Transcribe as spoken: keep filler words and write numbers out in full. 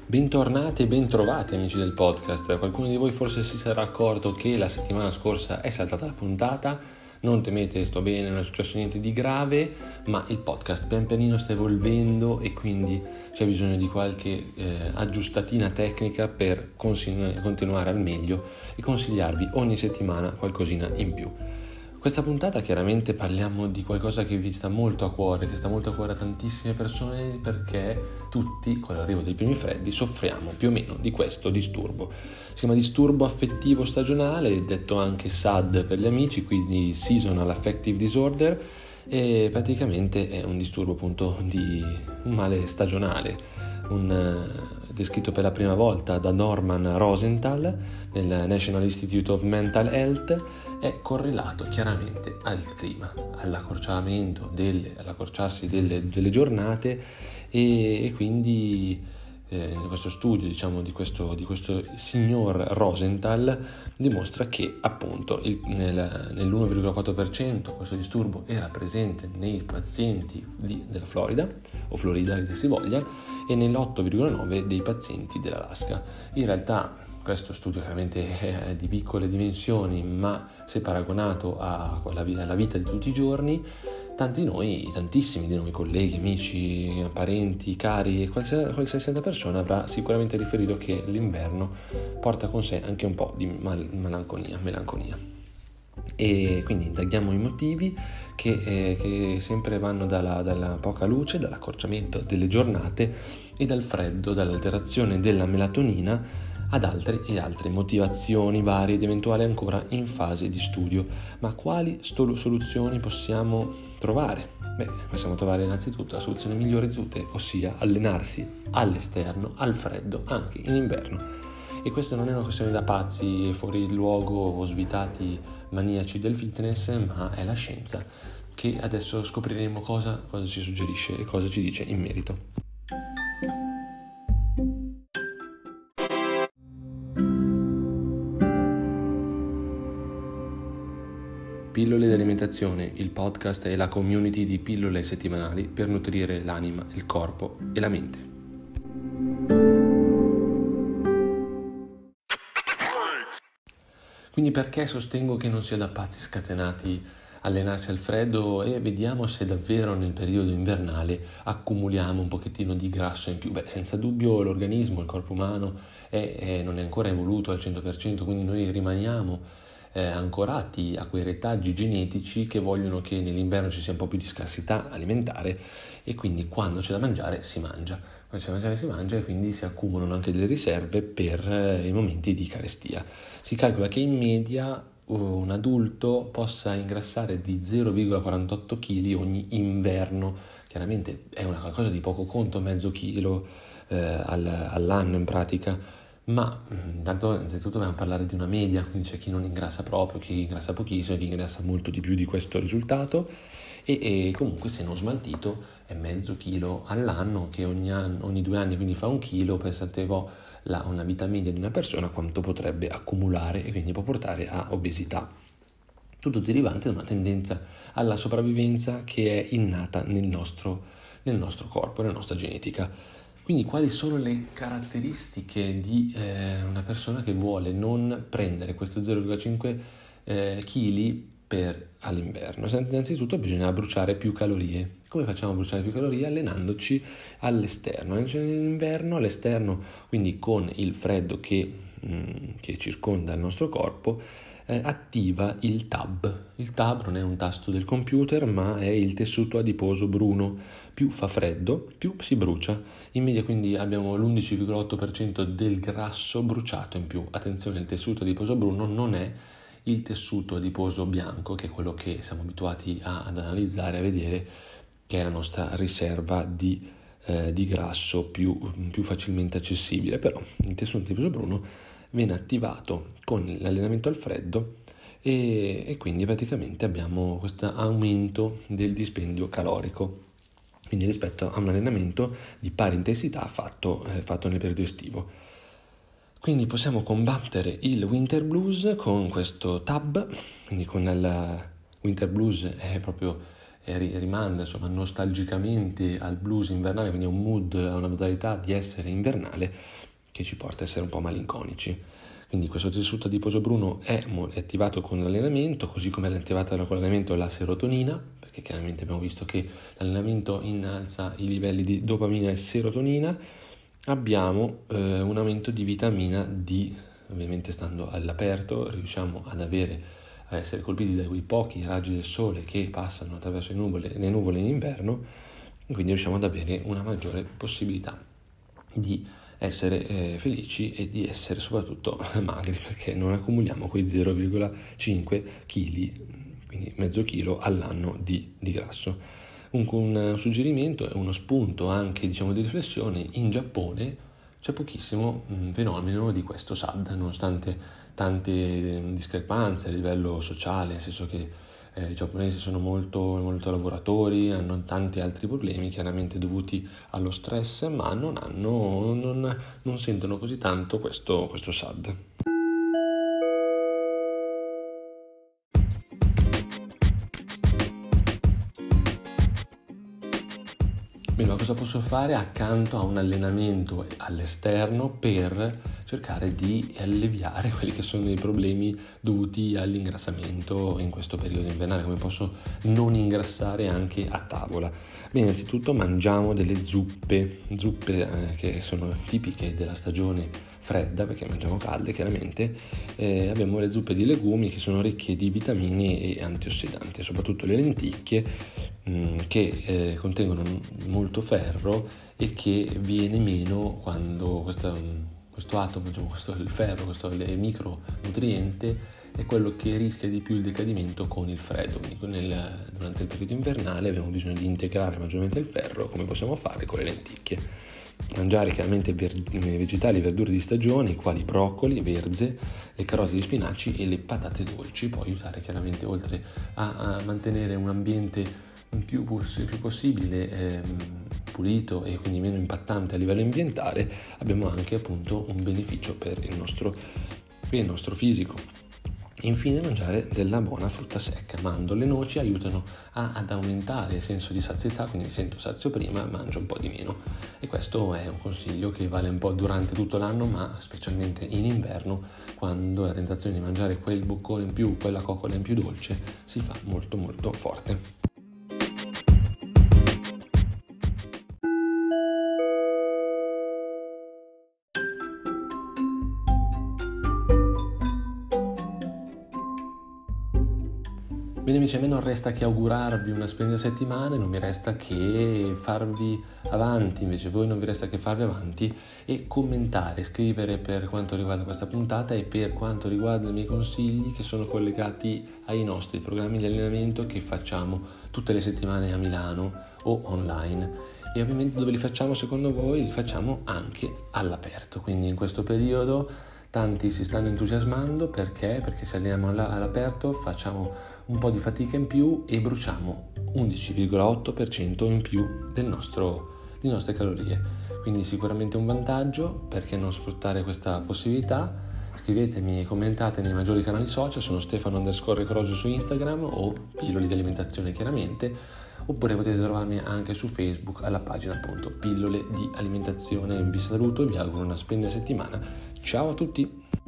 Bentornati e bentrovati amici del podcast. Qualcuno di voi forse si sarà accorto che la settimana scorsa è saltata la puntata. Non temete, sto bene, non è successo niente di grave, ma il podcast pian pianino sta evolvendo e quindi c'è bisogno di qualche eh, aggiustatina tecnica per consinu- continuare al meglio e consigliarvi ogni settimana qualcosina in più. Questa puntata chiaramente parliamo di qualcosa che vi sta molto a cuore, che sta molto a cuore a tantissime persone, perché tutti con l'arrivo dei primi freddi soffriamo più o meno di questo disturbo. Si chiama disturbo affettivo stagionale, detto anche S A D per gli amici, quindi Seasonal Affective Disorder, e praticamente è un disturbo appunto di un male stagionale, un, descritto per la prima volta da Norman Rosenthal nel National Institute of Mental Health. È correlato chiaramente al clima, all'accorciamento delle, all'accorciarsi delle, delle giornate e, e quindi eh, questo studio diciamo di questo, di questo signor Rosenthal dimostra che appunto il, nel, nell'uno virgola quattro per cento questo disturbo era presente nei pazienti di, della Florida o Florida che si voglia e nell'otto virgola nove per cento dei pazienti dell'Alaska. In realtà questo studio chiaramente è di piccole dimensioni, ma se paragonato alla vita, alla vita di tutti i giorni, tanti di noi, tantissimi di noi, colleghi, amici, parenti, cari e qualsiasi, qualsiasi altra persona avrà sicuramente riferito che l'inverno porta con sé anche un po' di mal- malanconia, melanconia. E quindi indaghiamo i motivi che, eh, che sempre vanno dalla, dalla poca luce, dall'accorciamento delle giornate e dal freddo, dall'alterazione della melatonina ad altre e altre motivazioni varie ed eventuali ancora in fase di studio. Ma quali sto- soluzioni possiamo trovare? Beh, possiamo trovare innanzitutto la soluzione migliore di tutte, ossia allenarsi all'esterno, al freddo, anche in inverno. E questa non è una questione da pazzi, fuori luogo o svitati maniaci del fitness, ma è la scienza che adesso scopriremo cosa, cosa ci suggerisce e cosa ci dice in merito. Pillole di alimentazione, il podcast è la community di pillole settimanali per nutrire l'anima, il corpo e la mente. Quindi perché sostengo che non sia da pazzi scatenati allenarsi al freddo e vediamo se davvero nel periodo invernale accumuliamo un pochettino di grasso in più? Beh, senza dubbio l'organismo, il corpo umano è, è, non è ancora evoluto al cento per cento, quindi noi rimaniamo Eh, ancorati a quei retaggi genetici che vogliono che nell'inverno ci sia un po' più di scarsità alimentare e quindi quando c'è da mangiare si mangia, quando c'è da mangiare si mangia e quindi si accumulano anche delle riserve per eh, i momenti di carestia. Si calcola che in media un adulto possa ingrassare di zero virgola quarantotto chili ogni inverno. Chiaramente è una cosa di poco conto, mezzo chilo eh, all'anno in pratica. Ma intanto innanzitutto dobbiamo parlare di una media, quindi c'è chi non ingrassa proprio, chi ingrassa pochissimo, chi ingrassa molto di più di questo risultato e, e comunque se non smaltito è mezzo chilo all'anno, che ogni, anno, ogni due anni quindi fa un chilo. Pensate voi la, una vita media di una persona quanto potrebbe accumulare e quindi può portare a obesità. Tutto derivante da una tendenza alla sopravvivenza che è innata nel nostro, nel nostro corpo, nella nostra genetica. Quindi quali sono le caratteristiche di eh, una persona che vuole non prendere questo zero virgola cinque eh, chili per all'inverno? Innanzitutto bisogna bruciare più calorie. Come facciamo a bruciare più calorie? Allenandoci all'esterno. All'inverno, all'esterno, quindi con il freddo che, mh, che circonda il nostro corpo, eh, attiva il tab. Il tab non è un tasto del computer, ma è il tessuto adiposo bruno. Più fa freddo, più si brucia. In media quindi abbiamo l'undici virgola otto per cento del grasso bruciato in più. Attenzione, il tessuto adiposo bruno non è il tessuto adiposo bianco, che è quello che siamo abituati a, ad analizzare, a vedere, che è la nostra riserva di, eh, di grasso più, più facilmente accessibile. Però il tessuto adiposo bruno viene attivato con l'allenamento al freddo e, e quindi praticamente abbiamo questo aumento del dispendio calorico. Quindi rispetto a un allenamento di pari intensità fatto, eh, fatto nel periodo estivo. Quindi possiamo combattere il winter blues con questo tab, quindi con il, Winter Blues è proprio, è, rimanda insomma nostalgicamente al blues invernale, quindi a un mood, a una modalità di essere invernale che ci porta a essere un po' malinconici. Quindi questo tessuto adiposo bruno è, è attivato con l'allenamento, così come è attivata con l'allenamento la serotonina, perché chiaramente abbiamo visto che l'allenamento innalza i livelli di dopamina e serotonina. Abbiamo eh, un aumento di vitamina D, ovviamente stando all'aperto riusciamo ad avere, a essere colpiti da quei pochi raggi del sole che passano attraverso le nuvole, le nuvole in inverno, e quindi riusciamo ad avere una maggiore possibilità di essere eh, felici e di essere soprattutto magri, perché non accumuliamo quei zero virgola cinque chili, quindi mezzo chilo all'anno di, di grasso. Un, un suggerimento e uno spunto anche diciamo di riflessione: in Giappone c'è pochissimo mh, fenomeno di questo S A D, nonostante tante eh, discrepanze a livello sociale, nel senso che Eh, i giapponesi sono molto, molto lavoratori, hanno tanti altri problemi chiaramente dovuti allo stress, ma non, hanno, non, non sentono così tanto questo, questo S A D. Bene, ma cosa posso fare accanto a un allenamento all'esterno per cercare di alleviare quelli che sono i problemi dovuti all'ingrassamento in questo periodo invernale? Come posso non ingrassare anche a tavola? Bene, innanzitutto mangiamo delle zuppe, zuppe eh, che sono tipiche della stagione fredda, perché mangiamo calde chiaramente. Eh, abbiamo le zuppe di legumi che sono ricche di vitamine e antiossidanti, soprattutto le lenticchie mh, che eh, contengono molto ferro e che viene meno quando questo questo atomo, diciamo, questo, il ferro, questo il micronutriente è quello che rischia di più il decadimento con il freddo. Quindi nel, durante il periodo invernale abbiamo bisogno di integrare maggiormente il ferro, come possiamo fare con le lenticchie. Mangiare chiaramente ver- vegetali e verdure di stagione, quali broccoli, verze, le carote di spinaci e le patate dolci, può aiutare chiaramente, oltre a, a mantenere un ambiente più, più possibile ehm, pulito e quindi meno impattante a livello ambientale, abbiamo anche appunto un beneficio per il nostro, per il nostro fisico. Infine, mangiare della buona frutta secca. Mandorle e noci aiutano a, ad aumentare il senso di sazietà, quindi mi sento sazio prima, mangio un po' di meno. E questo è un consiglio che vale un po' durante tutto l'anno, ma specialmente in inverno, quando la tentazione di mangiare quel boccone in più, quella coccola in più dolce, si fa molto molto forte. Bene amici, a me non resta che augurarvi una splendida settimana, non mi resta che farvi avanti, invece voi non vi resta che farvi avanti e commentare, scrivere per quanto riguarda questa puntata e per quanto riguarda i miei consigli che sono collegati ai nostri programmi di allenamento che facciamo tutte le settimane a Milano o online. E ovviamente dove li facciamo secondo voi? Li facciamo anche all'aperto, quindi in questo periodo tanti si stanno entusiasmando perché? Perché se alleniamo all'aperto facciamo un po' di fatica in più e bruciamo undici virgola otto per cento in più del nostro, di nostre calorie. Quindi sicuramente un vantaggio, perché non sfruttare questa possibilità? Scrivetemi e commentate nei maggiori canali social, sono Stefano underscore Crosio su Instagram o Pillole di Alimentazione chiaramente, oppure potete trovarmi anche su Facebook alla pagina appunto Pillole di Alimentazione. Vi saluto e vi auguro una splendida settimana. Ciao a tutti!